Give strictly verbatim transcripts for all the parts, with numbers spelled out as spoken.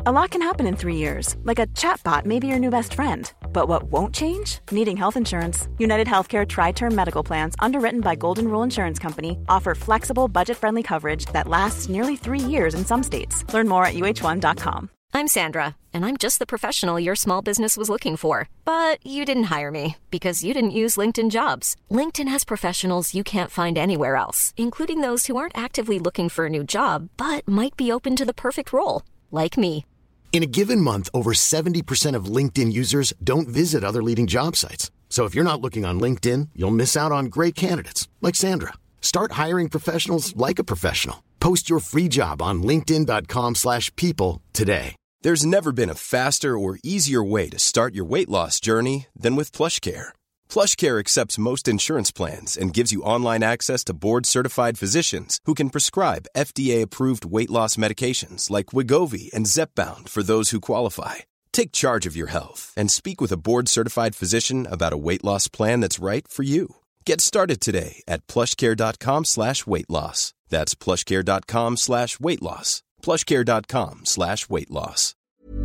A lot can happen in three years, like a chatbot may be your new best friend. But what won't change? Needing health insurance. United Healthcare Tri-Term Medical Plans, underwritten by Golden Rule Insurance Company, offer flexible, budget-friendly coverage that lasts nearly three years in some states. Learn more at U H one dot com. I'm Sandra, and I'm just the professional your small business was looking for. But you didn't hire me because you didn't use LinkedIn Jobs. LinkedIn has professionals you can't find anywhere else, including those who aren't actively looking for a new job, but might be open to the perfect role, like me. In a given month, over seventy percent of LinkedIn users don't visit other leading job sites. So if you're not looking on LinkedIn, you'll miss out on great candidates like Sandra. Start hiring professionals like a professional. Post your free job on linkedin dot com slash people today. There's never been a faster or easier way to start your weight loss journey than with PlushCare. PlushCare accepts most insurance plans and gives you online access to board-certified physicians who can prescribe F D A-approved weight loss medications like Wegovy and Zepbound for those who qualify. Take charge of your health and speak with a board-certified physician about a weight loss plan that's right for you. Get started today at plushcare.com slash weight loss. That's plushcare.com slash weight loss. plushcare.com slash weight loss.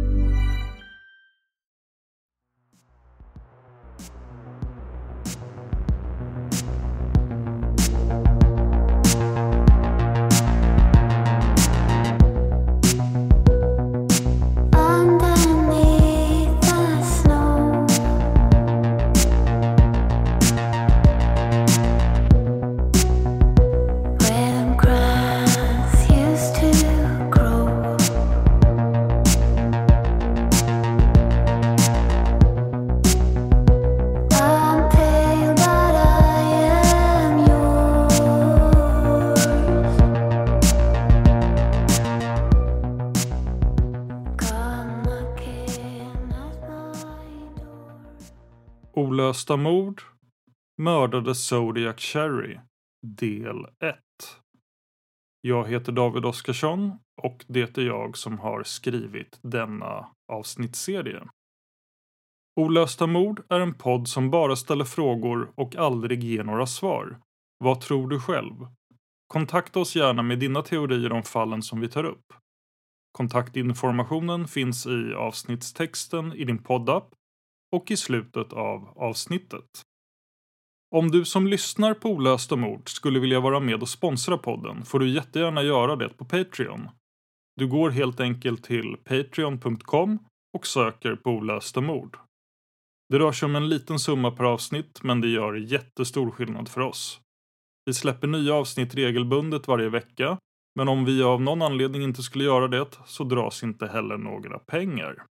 Olösta mord, mördade Zodiac Cherry, del ett. Jag heter David Oskarsson och det är jag som har skrivit denna avsnittsserie. Olösta mord är en podd som bara ställer frågor och aldrig ger några svar. Vad tror du själv? Kontakta oss gärna med dina teorier om fallen som vi tar upp. Kontaktinformationen finns i avsnittstexten i din poddapp och i slutet av avsnittet. Om du som lyssnar på Olösta mord skulle vilja vara med och sponsra podden får du jättegärna göra det på Patreon. Du går helt enkelt till patreon punkt com och söker på Olösta mord. Det rör sig om en liten summa per avsnitt, men det gör jättestor skillnad för oss. Vi släpper nya avsnitt regelbundet varje vecka, men om vi av någon anledning inte skulle göra det så dras inte heller några pengar.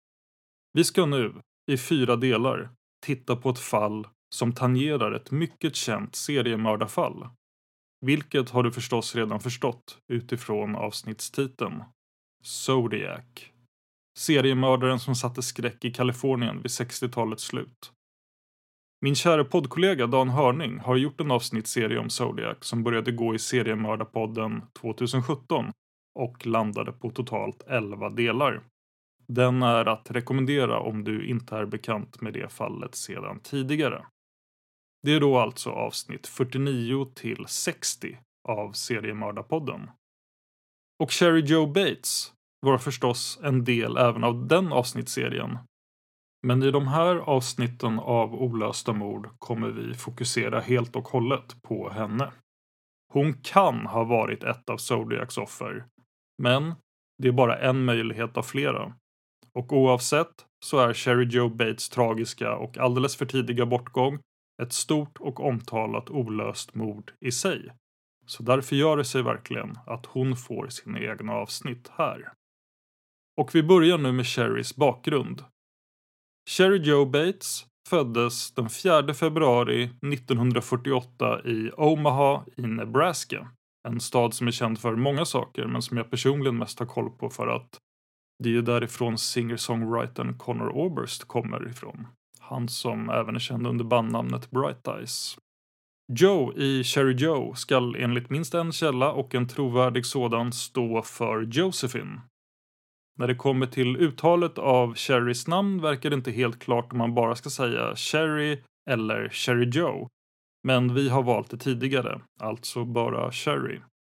Vi ska nu, i fyra delar, titta på ett fall som tangerar ett mycket känt seriemördarfall. Vilket har du förstås redan förstått utifrån avsnittstiteln. Zodiac. Seriemördaren som satte skräck i Kalifornien vid sextiotalets slut. Min kära poddkollega Dan Hörning har gjort en avsnittsserie om Zodiac som började gå i seriemördarpodden tjugohundrasjutton och landade på totalt elva delar. Den är att rekommendera om du inte är bekant med det fallet sedan tidigare. Det är då alltså avsnitt fyrtionio till sextio av seriemördarpodden. Och Cherry Jo Bates var förstås en del även av den avsnittsserien. Men i de här avsnitten av Olösta mord kommer vi fokusera helt och hållet på henne. Hon kan ha varit ett av Zodiacs offer, men det är bara en möjlighet av flera. Och oavsett så är Cherry Jo Bates tragiska och alldeles för tidiga bortgång ett stort och omtalat olöst mord i sig. Så därför gör det sig verkligen att hon får sina egna avsnitt här. Och vi börjar nu med Cherrys bakgrund. Cherry Jo Bates föddes den fjärde februari nittonhundrafyrtioåtta i Omaha i Nebraska. En stad som är känd för många saker men som jag personligen mest har koll på för att det är ju därifrån singer-songwritern Conor Oberst kommer ifrån. Han som även är känd under bandnamnet Bright Eyes. Joe i Cherry Jo skall enligt minst en källa och en trovärdig sådan stå för Josephine. När det kommer till uttalet av Cherrys namn verkar det inte helt klart om man bara ska säga Cherry eller Cherry Jo. Men vi har valt det tidigare, alltså bara Cherry.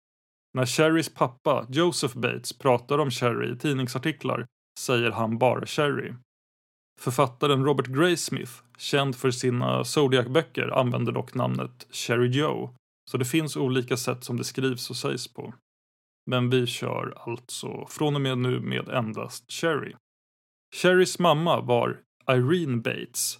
När Cherrys pappa, Joseph Bates, pratar om Cherry i tidningsartiklar säger han bara Cherry. Författaren Robert Graysmith, känd för sina Zodiac-böcker, använder dock namnet Cherry Joe, så det finns olika sätt som det skrivs och sägs på. Men vi kör alltså från och med nu med endast Cherry. Cherrys mamma var Irene Bates,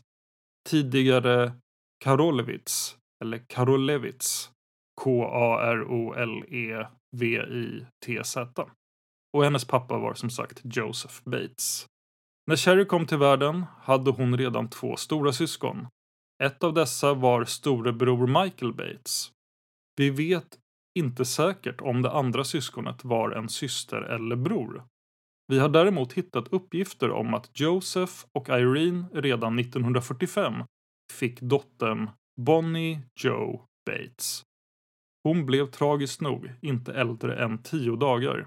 tidigare Karolewicz, eller Karolewicz, K A R O L E V I T Z. Och hennes pappa var som sagt Joseph Bates. När Cherry kom till världen hade hon redan två stora syskon. Ett av dessa var storebror Michael Bates. Vi vet inte säkert om det andra syskonet var en syster eller bror. Vi har däremot hittat uppgifter om att Joseph och Irene redan nittonhundrafyrtiofem fick dottern Bonnie Joe Bates. Hon blev tragiskt nog inte äldre än tio dagar.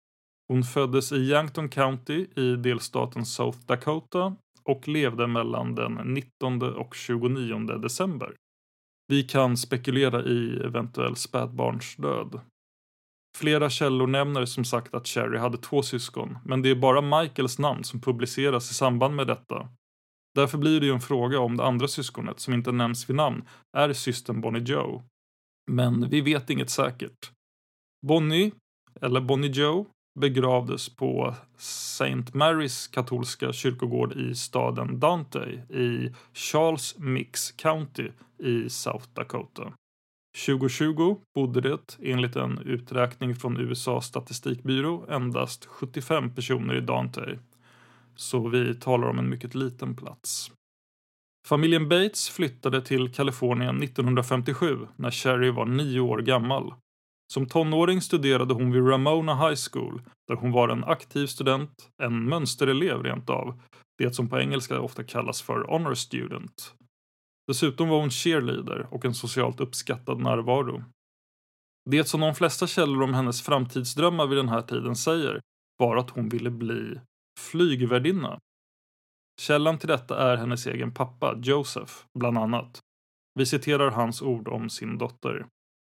Hon föddes i Yankton County i delstaten South Dakota och levde mellan den nittonde och tjugonionde december. Vi kan spekulera i eventuell spädbarnsdöd. Flera källor nämner som sagt att Cherry hade två syskon, men det är bara Michaels namn som publiceras i samband med detta. Därför blir det ju en fråga om det andra syskonet som inte nämns vid namn är systern Bonnie Joe. Men vi vet inget säkert. Bonnie, eller Bonnie Joe, begravdes på Saint Mary's katolska kyrkogård i staden Dante i Charles Mix County i South Dakota. tjugohundratjugo bodde det, enligt en uträkning från U S A:s statistikbyrå, endast sjuttiofem personer i Dante. Så vi talar om en mycket liten plats. Familjen Bates flyttade till Kalifornien nittonhundrafemtiosju när Cherry var nio år gammal. Som tonåring studerade hon vid Ramona High School där hon var en aktiv student, en mönsterelev rent av, det som på engelska ofta kallas för honor student. Dessutom var hon cheerleader och en socialt uppskattad närvaro. Det som de flesta källor om hennes framtidsdrömmar vid den här tiden säger var att hon ville bli flygvärdinna. Källan till detta är hennes egen pappa, Joseph, bland annat. Vi citerar hans ord om sin dotter.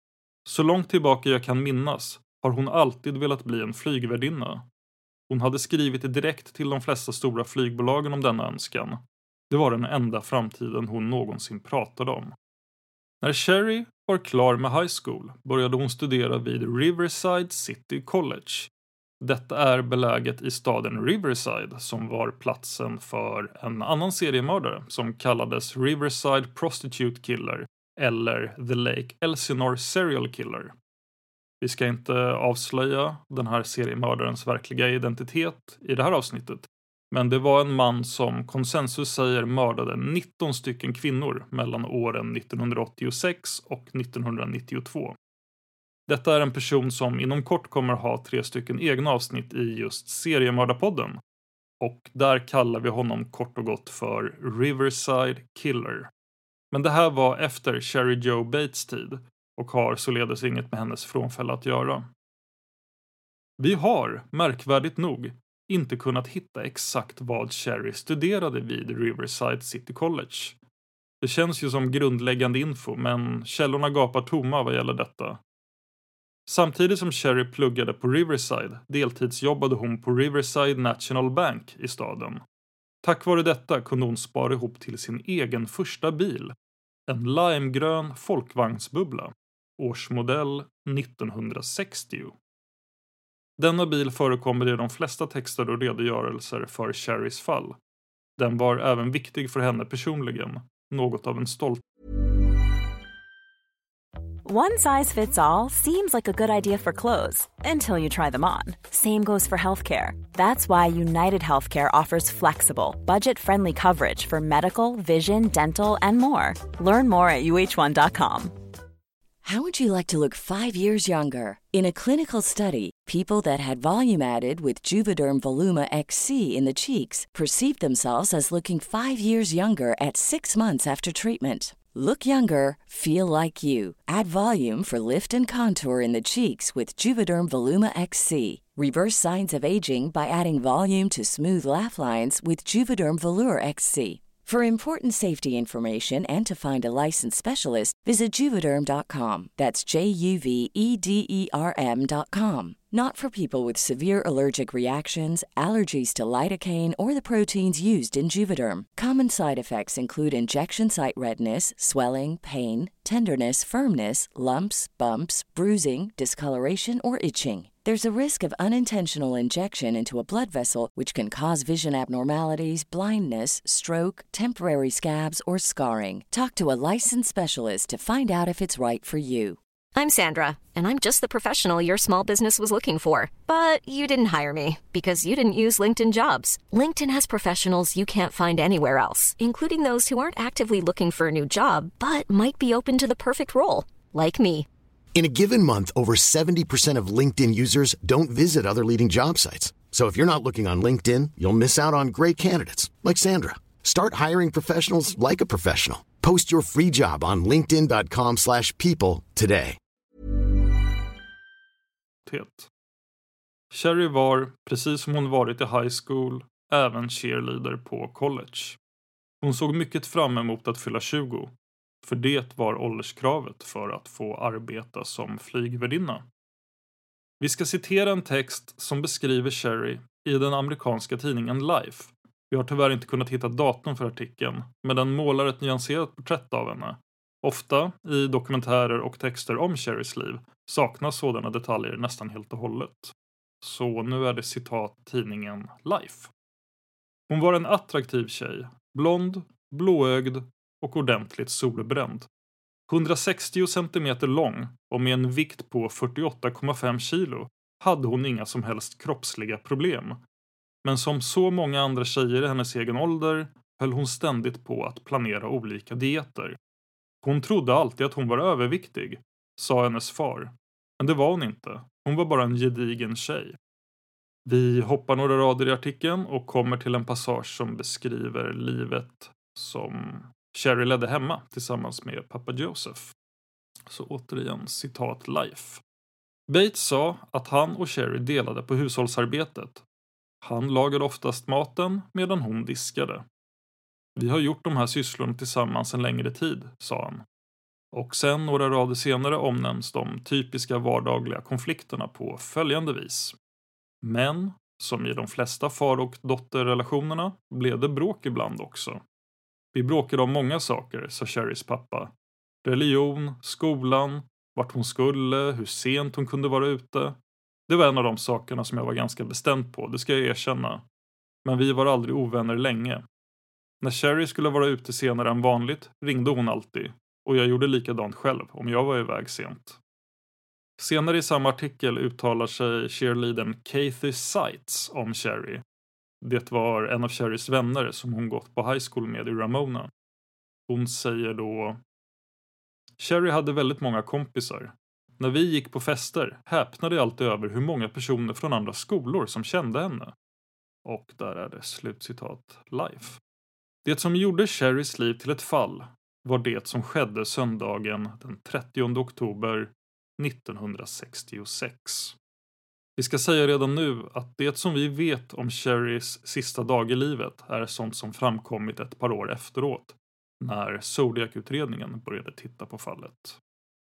Så långt tillbaka jag kan minnas har hon alltid velat bli en flygvärdinna. Hon hade skrivit direkt till de flesta stora flygbolagen om denna önskan. Det var den enda framtiden hon någonsin pratade om. När Cherry var klar med high school började hon studera vid Riverside City College. Detta är beläget i staden Riverside som var platsen för en annan seriemördare som kallades Riverside Prostitute Killer eller The Lake Elsinore Serial Killer. Vi ska inte avslöja den här seriemördarens verkliga identitet i det här avsnittet. Men det var en man som konsensus säger mördade nitton stycken kvinnor mellan åren nittonhundraåttiosex och nittonhundranittiotvå. Detta är en person som inom kort kommer ha tre stycken egna avsnitt i just seriemördarpodden. Och där kallar vi honom kort och gott för Riverside Killer. Men det här var efter Cherry Joe Bates tid och har således inget med hennes frånfälle att göra. Vi har, märkvärdigt nog, inte kunnat hitta exakt vad Cherry studerade vid Riverside City College. Det känns ju som grundläggande info, men källorna gapar tomma vad gäller detta. Samtidigt som Cherry pluggade på Riverside deltidsjobbade hon på Riverside National Bank i staden. Tack vare detta kunde hon spara ihop till sin egen första bil, en limegrön folkvagnsbubbla, årsmodell nittonhundrasextio. Denna bil förekommer i de flesta texter och redogörelser för Cherrys fall. Den var även viktig för henne personligen, något av en stolt. One size fits all seems like a good idea for clothes until you try them on. Same goes for healthcare. That's why United Healthcare offers flexible, budget-friendly coverage for medical, vision, dental, and more. Learn more at U H one dot com. How would you like to look five years younger? In a clinical study, people that had volume added with Juvederm Voluma X C in the cheeks perceived themselves as looking five years younger at six months after treatment. Look younger, feel like you. Add volume for lift and contour in the cheeks with Juvederm Voluma X C. Reverse signs of aging by adding volume to smooth laugh lines with Juvederm Volure X C. For important safety information and to find a licensed specialist, visit juvederm dot com. That's J U V E D E R M dot com. Not for people with severe allergic reactions, allergies to lidocaine, or the proteins used in Juvederm. Common side effects include injection site redness, swelling, pain, tenderness, firmness, lumps, bumps, bruising, discoloration, or itching. There's a risk of unintentional injection into a blood vessel, which can cause vision abnormalities, blindness, stroke, temporary scabs, or scarring. Talk to a licensed specialist to find out if it's right for you. I'm Sandra, and I'm just the professional your small business was looking for. But you didn't hire me because you didn't use LinkedIn Jobs. LinkedIn has professionals you can't find anywhere else, including those who aren't actively looking for a new job, but might be open to the perfect role, like me. In a given month, over seventy percent of LinkedIn users don't visit other leading job sites. So if you're not looking on LinkedIn, you'll miss out on great candidates like Sandra. Start hiring professionals like a professional. Post your free job on linkedin dot com slash people today. Sherry var, precis som hon varit i high school, även cheerleader på college. Hon såg mycket fram emot att fylla tjugo, för det var ålderskravet för att få arbeta som flygvärdinna. Vi ska citera en text som beskriver Sherry i den amerikanska tidningen Life. Vi har tyvärr inte kunnat hitta datum för artikeln, men den målar ett nyanserat porträtt av henne. Ofta i dokumentärer och texter om Sherrys liv saknas sådana detaljer nästan helt och hållet. Så nu är det citat tidningen Life. Hon var en attraktiv tjej, blond, blåögd och ordentligt solbränd. hundrasextio centimeter lång och med en vikt på fyrtioåtta komma fem kilo hade hon inga som helst kroppsliga problem. Men som så många andra tjejer i hennes egen ålder höll hon ständigt på att planera olika dieter. Hon trodde alltid att hon var överviktig, sa hennes far. Men det var hon inte. Hon var bara en gedigen tjej. Vi hoppar några rader i artikeln och kommer till en passage som beskriver livet som Sherry ledde hemma tillsammans med pappa Joseph. Så återigen citat Life. Bates sa att han och Sherry delade på hushållsarbetet. Han lagade oftast maten medan hon diskade. Vi har gjort de här sysslorna tillsammans en längre tid, sa han. Och sen några rader senare omnämns de typiska vardagliga konflikterna på följande vis. Men, som i de flesta far- och dotterrelationerna, blev det bråk ibland också. Vi bråkade om många saker, sa Sherrys pappa. Religion, skolan, vart hon skulle, hur sent hon kunde vara ute. Det var en av de sakerna som jag var ganska bestämd på, det ska jag erkänna. Men vi var aldrig ovänner länge. När Sherry skulle vara ute senare än vanligt ringde hon alltid. Och jag gjorde likadant själv om jag var iväg sent. Senare i samma artikel uttalar sig cheerleadern Kathy Seitz om Sherry. Det var en av Sherrys vänner som hon gått på high school med i Ramona. Hon säger då: Sherry hade väldigt många kompisar. När vi gick på fester häpnade jag alltid över hur många personer från andra skolor som kände henne. Och där är det slutcitat Life. Det som gjorde Sherrys liv till ett fall var det som skedde söndagen den trettionde oktober nittonhundrasextiosex. Vi ska säga redan nu att det som vi vet om Sherrys sista dag i livet är sånt som framkommit ett par år efteråt, när Zodiac-utredningen började titta på fallet.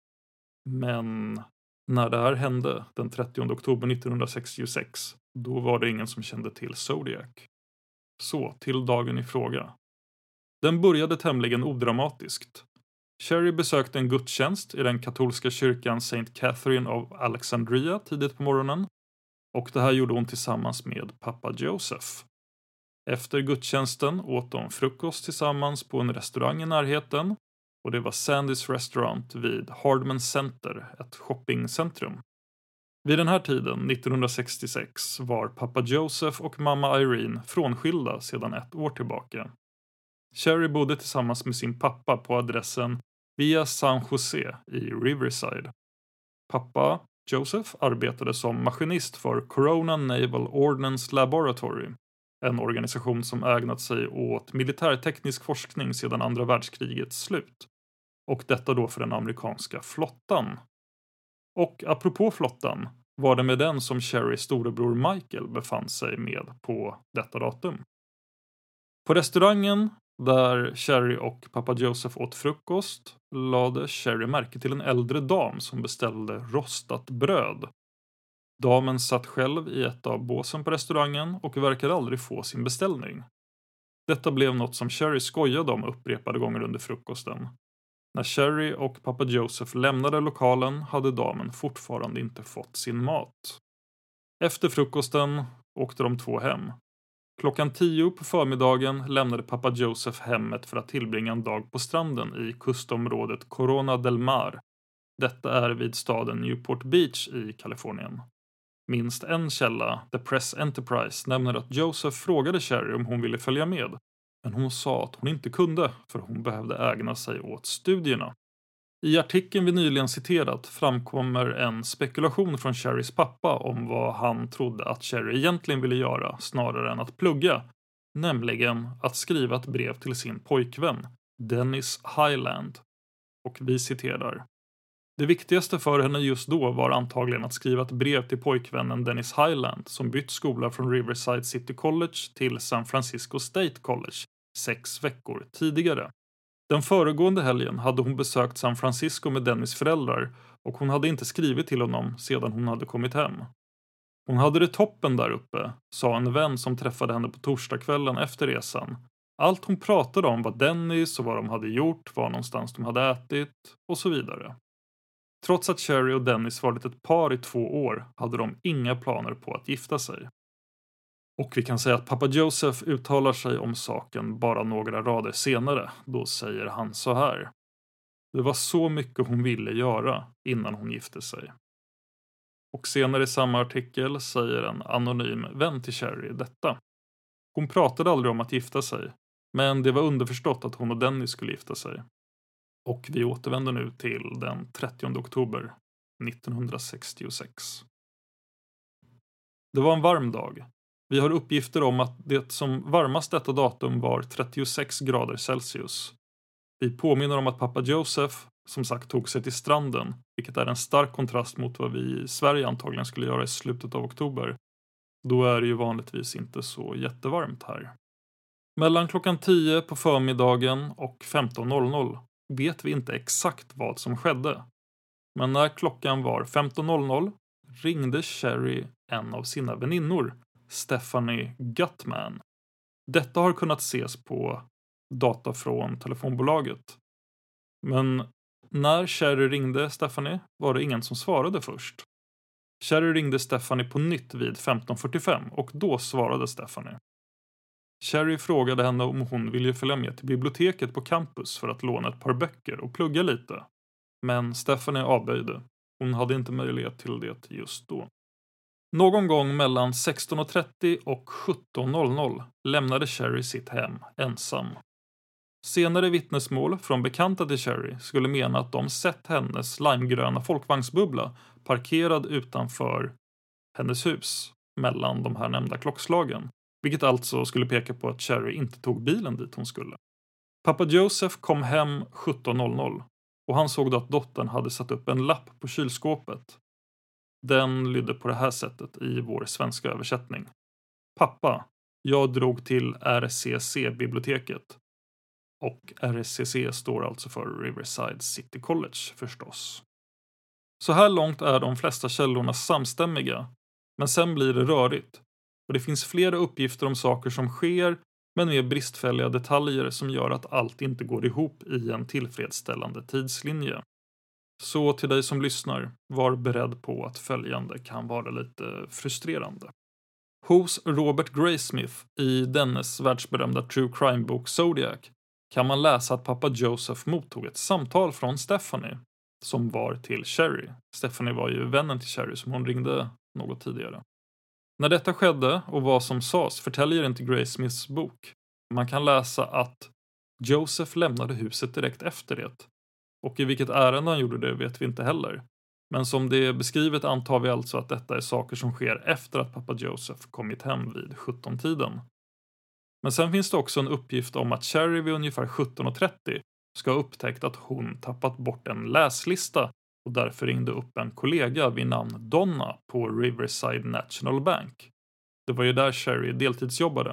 Men när det här hände den trettionde oktober nittonhundrasextiosex, då var det ingen som kände till Zodiac. Så till dagen i fråga. Den började tämligen odramatiskt. Sherry besökte en gudstjänst i den katolska kyrkan Saint Catherine of Alexandria tidigt på morgonen. Och det här gjorde hon tillsammans med pappa Joseph. Efter gudstjänsten åt de frukost tillsammans på en restaurang i närheten. Och det var Sandys Restaurant vid Hardman Center, ett shoppingcentrum. Vid den här tiden, nittonhundrasextiosex, var pappa Joseph och mamma Irene frånskilda sedan ett år tillbaka. Sherry bodde tillsammans med sin pappa på adressen Via San Jose i Riverside. Pappa Joseph arbetade som maskinist för Corona Naval Ordnance Laboratory, en organisation som ägnat sig åt militärteknisk forskning sedan andra världskrigets slut. Och detta då för den amerikanska flottan. Och apropå flottan var det med den som Sherrys storebror Michael befann sig med på detta datum. På restaurangen Där Sherry och pappa Joseph åt frukost lade Sherry märke till en äldre dam som beställde rostat bröd. Damen satt själv i ett av båsen på restaurangen och verkade aldrig få sin beställning. Detta blev något som Sherry skojade om upprepade gånger under frukosten. När Sherry och pappa Joseph lämnade lokalen hade damen fortfarande inte fått sin mat. Efter frukosten åkte de två hem. Klockan tio på förmiddagen lämnade pappa Joseph hemmet för att tillbringa en dag på stranden i kustområdet Corona del Mar. Detta är vid staden Newport Beach i Kalifornien. Minst en källa, The Press Enterprise, nämner att Joseph frågade Sherry om hon ville följa med. Men hon sa att hon inte kunde för hon behövde ägna sig åt studierna. I artikeln vi nyligen citerat framkommer en spekulation från Sherrys pappa om vad han trodde att Sherry egentligen ville göra snarare än att plugga. Nämligen att skriva ett brev till sin pojkvän, Dennis Highland. Och vi citerar. Det viktigaste för henne just då var antagligen att skriva ett brev till pojkvännen Dennis Highland som bytt skola från Riverside City College till San Francisco State College sex veckor tidigare. Den föregående helgen hade hon besökt San Francisco med Dennis föräldrar och hon hade inte skrivit till honom sedan hon hade kommit hem. Hon hade det toppen där uppe, sa en vän som träffade henne på torsdagskvällen efter resan. Allt hon pratade om var Dennis och vad de hade gjort, var någonstans de hade ätit och så vidare. Trots att Sherry och Dennis varit ett par i två år hade de inga planer på att gifta sig. Och vi kan säga att pappa Joseph uttalar sig om saken bara några rader senare. Då säger han så här. Det var så mycket hon ville göra innan hon gifte sig. Och senare i samma artikel säger en anonym vän till Sherry detta. Hon pratade aldrig om att gifta sig. Men det var underförstått att hon och Dennis skulle gifta sig. Och vi återvänder nu till den trettionde oktober nittonhundrasextiosex. Det var en varm dag. Vi har uppgifter om att det som varmast detta datum var trettiosex grader Celsius. Vi påminner om att pappa Joseph som sagt tog sig till stranden, vilket är en stark kontrast mot vad vi i Sverige antagligen skulle göra i slutet av oktober. Då är det ju vanligtvis inte så jättevarmt här. Mellan klockan tio på förmiddagen och femton noll noll vet vi inte exakt vad som skedde. Men när klockan var femton noll noll ringde Sherry en av sina väninnor, Stephanie Gutman. Detta har kunnat ses på data från telefonbolaget. Men när Sherry ringde Stephanie var det ingen som svarade först. Sherry ringde Stephanie på nytt vid femton fyrtiofem och då svarade Stephanie. Sherry frågade henne om hon ville följa med till biblioteket på campus för att låna ett par böcker och plugga lite. Men Stephanie avböjde. Hon hade inte möjlighet till det just då. Någon gång mellan sexton trettio och sjutton noll noll lämnade Sherry sitt hem ensam. Senare vittnesmål från bekanta till Sherry skulle mena att de sett hennes limegröna folkvagnsbubbla parkerad utanför hennes hus mellan de här nämnda klockslagen. Vilket alltså skulle peka på att Sherry inte tog bilen dit hon skulle. Pappa Joseph kom hem sjutton noll noll och han såg då att dottern hade satt upp en lapp på kylskåpet. Den lydde på det här sättet i vår svenska översättning. Pappa, jag drog till R C C-biblioteket. Och R C C står alltså för Riverside City College förstås. Så här långt är de flesta källorna samstämmiga. Men sen blir det rörigt. Och det finns flera uppgifter om saker som sker men med bristfälliga detaljer som gör att allt inte går ihop i en tillfredsställande tidslinje. Så till dig som lyssnar, var beredd på att följande kan vara lite frustrerande. Hos Robert Graysmith i dennes världsberömda true crime-bok Zodiac kan man läsa att pappa Joseph mottog ett samtal från Stephanie som var till Sherry. Stephanie var ju vännen till Sherry som hon ringde något tidigare. När detta skedde och vad som sades förtäljer inte Graysmiths bok. Man kan läsa att Joseph lämnade huset direkt efter det. Och i vilket ärende han gjorde det vet vi inte heller. Men som det är beskrivet antar vi alltså att detta är saker som sker efter att pappa Joseph kommit hem vid sjutton-tiden. Men sen finns det också en uppgift om att Sherry vid ungefär sjutton trettio ska ha upptäckt att hon tappat bort en läslista och därför ringde upp en kollega vid namn Donna på Riverside National Bank. Det var ju där Sherry deltidsjobbade.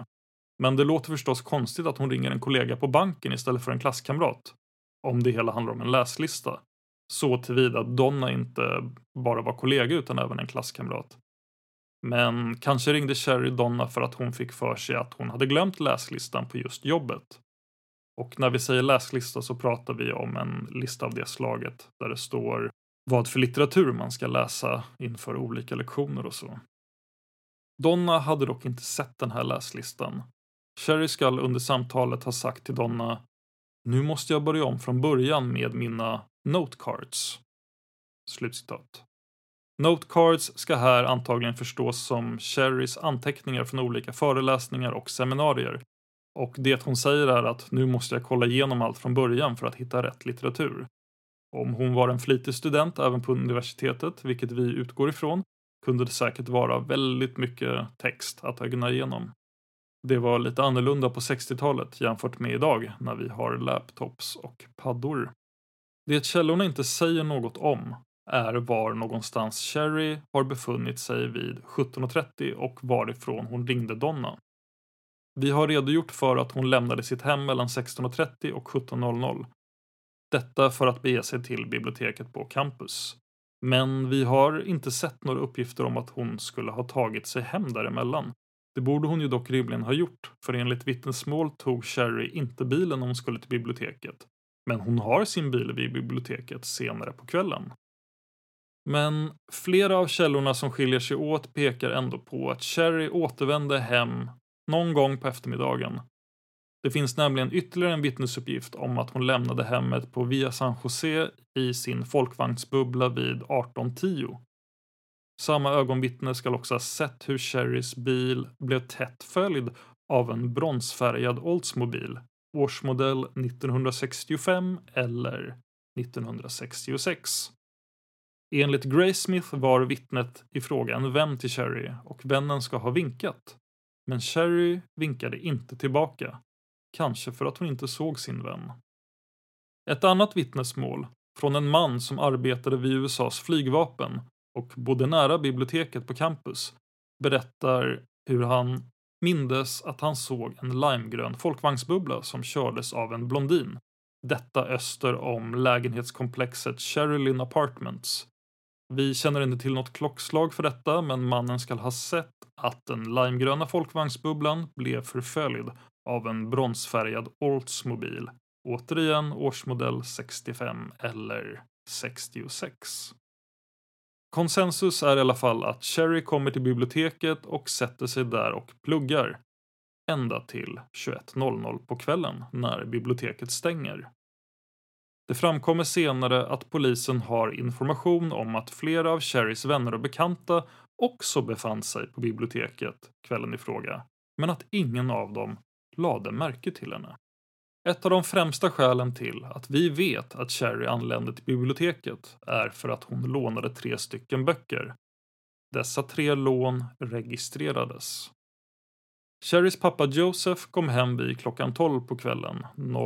Men det låter förstås konstigt att hon ringer en kollega på banken istället för en klasskamrat. Om det hela handlar om en läslista. Så tillvida att Donna inte bara var kollega utan även en klasskamrat. Men kanske ringde Sherry Donna för att hon fick för sig att hon hade glömt läslistan på just jobbet. Och när vi säger läslista så pratar vi om en lista av det slaget där det står vad för litteratur man ska läsa inför olika lektioner och så. Donna hade dock inte sett den här läslistan. Sherry skall under samtalet ha sagt till Donna: nu måste jag börja om från början med mina notecards. Slutcitat. Notecards ska här antagligen förstås som Sherrys anteckningar från olika föreläsningar och seminarier. Och det hon säger är att nu måste jag kolla igenom allt från början för att hitta rätt litteratur. Om hon var en flitig student även på universitetet, vilket vi utgår ifrån, kunde det säkert vara väldigt mycket text att ögna igenom. Det var lite annorlunda på sextiotalet jämfört med idag när vi har laptops och paddor. Det källorna inte säger något om är var någonstans Sherry har befunnit sig vid sjutton trettio och varifrån hon ringde Donna. Vi har redogjort för att hon lämnade sitt hem mellan sexton trettio och sjutton. Detta för att bege sig till biblioteket på campus. Men vi har inte sett några uppgifter om att hon skulle ha tagit sig hem däremellan. Det borde hon ju dock rimligen ha gjort, för enligt vittnesmål tog Sherry inte bilen när hon skulle till biblioteket. Men hon har sin bil vid biblioteket senare på kvällen. Men flera av källorna som skiljer sig åt pekar ändå på att Sherry återvände hem någon gång på eftermiddagen. Det finns nämligen ytterligare en vittnesuppgift om att hon lämnade hemmet på Via San Jose i sin folkvagnsbubbla vid arton tio. Samma ögonvittne ska också ha sett hur Sherrys bil blev tätt följd av en bronsfärgad Oldsmobile, årsmodell nittonhundrasextiofem eller nittonhundrasextiosex. Enligt Graysmith var vittnet i fråga en vän till Sherry och vännen ska ha vinkat. Men Sherry vinkade inte tillbaka, kanske för att hon inte såg sin vän. Ett annat vittnesmål från en man som arbetade vid U S A:s flygvapen och bodde nära biblioteket på campus berättar hur han mindes att han såg en limegrön folkvagnsbubbla som kördes av en blondin. Detta öster om lägenhetskomplexet Cherry-Lynn Apartments. Vi känner inte till något klockslag för detta, men mannen ska ha sett att den limegröna folkvagnsbubblan blev förföljd av en bronsfärgad Oldsmobile. Återigen årsmodell sextiofem eller sextiosex. Konsensus är i alla fall att Sherry kommer till biblioteket och sätter sig där och pluggar. Ända till tjugoett på kvällen när biblioteket stänger. Det framkommer senare att polisen har information om att flera av Sherrys vänner och bekanta också befann sig på biblioteket kvällen i fråga, men att ingen av dem lade märke till henne. Ett av de främsta skälen till att vi vet att Sherry anlände till biblioteket är för att hon lånade tre stycken böcker. Dessa tre lån registrerades. Sherrys pappa Joseph kom hem vid klockan tolv på kvällen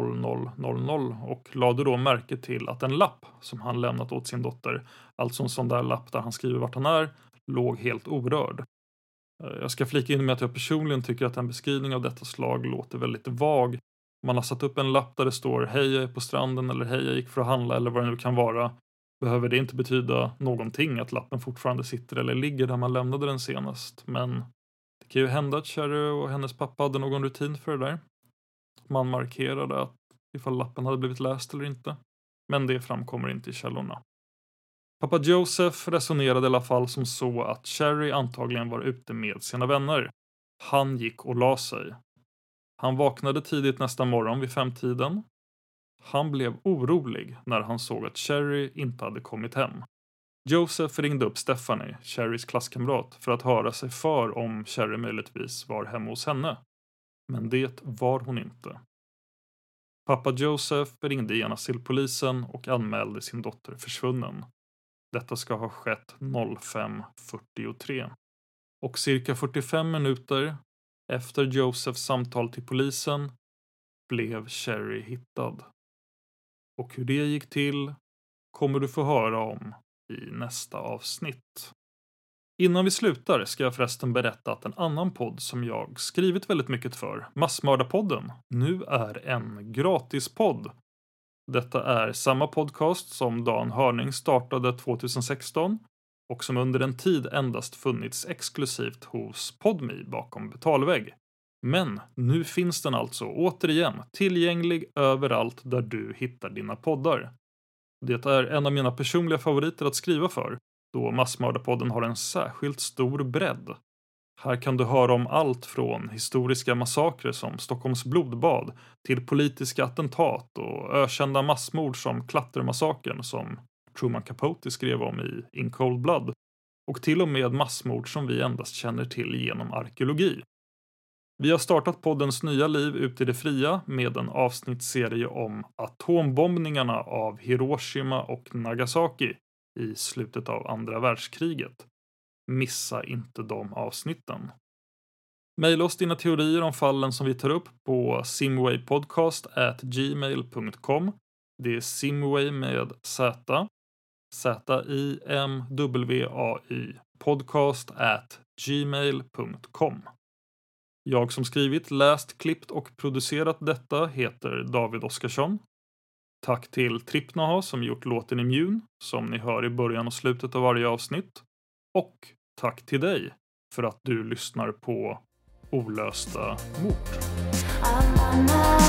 och lade då märke till att en lapp som han lämnat åt sin dotter, alltså en sån där lapp där han skriver vart han är, låg helt orörd. Jag ska flika in med att jag personligen tycker att en beskrivning av detta slag låter väldigt vag. Man har satt upp en lapp där det står hej jag är på stranden eller hej jag gick för att handla eller vad det nu kan vara. Behöver det inte betyda någonting att lappen fortfarande sitter eller ligger där man lämnade den senast. Men det kan ju hända att Sherry och hennes pappa hade någon rutin för det där. Man markerade att ifall lappen hade blivit läst eller inte. Men det framkommer inte i källorna. Pappa Joseph resonerade i alla fall som så att Sherry antagligen var ute med sina vänner. Han gick och la sig. Han vaknade tidigt nästa morgon vid femtiden. Han blev orolig när han såg att Sherry inte hade kommit hem. Joseph ringde upp Stephanie, Sherrys klasskamrat, för att höra sig för om Sherry möjligtvis var hemma hos henne. Men det var hon inte. Pappa Joseph ringde genast till polisen och anmälde sin dotter försvunnen. Detta ska ha skett fem fyrtiotre. Och cirka fyrtiofem minuter efter Josephs samtal till polisen blev Sherry hittad. Och hur det gick till kommer du få höra om i nästa avsnitt. Innan vi slutar ska jag förresten berätta att en annan podd som jag skrivit väldigt mycket för, Massmördarpodden, nu är en gratispodd. Detta är samma podcast som Dan Hörning startade tjugohundrasexton och som under en tid endast funnits exklusivt hos Podme bakom betalvägg. Men nu finns den alltså återigen tillgänglig överallt där du hittar dina poddar. Det är en av mina personliga favoriter att skriva för, då Massmördarpodden har en särskilt stor bredd. Här kan du höra om allt från historiska massakrer som Stockholms blodbad till politiska attentat och ökända massmord som Klattermassakern som Truman Capote skrev om i In Cold Blood och till och med massmord som vi endast känner till genom arkeologi. Vi har startat poddens nya liv ute i det fria med en avsnittsserie om atombombningarna av Hiroshima och Nagasaki i slutet av andra världskriget. Missa inte de avsnitten. Maila oss dina teorier om fallen som vi tar upp på simwaypodcast at gmail dot com. Det är Simway med Z, Z-I-M-W-A-Y, podcast at gmail dot com. Jag som skrivit, läst, klippt och producerat detta heter David Oskarsson. Tack till Trippnaha som gjort låten Immune, som ni hör i början och slutet av varje avsnitt. Och tack till dig för att du lyssnar på Olösta mord.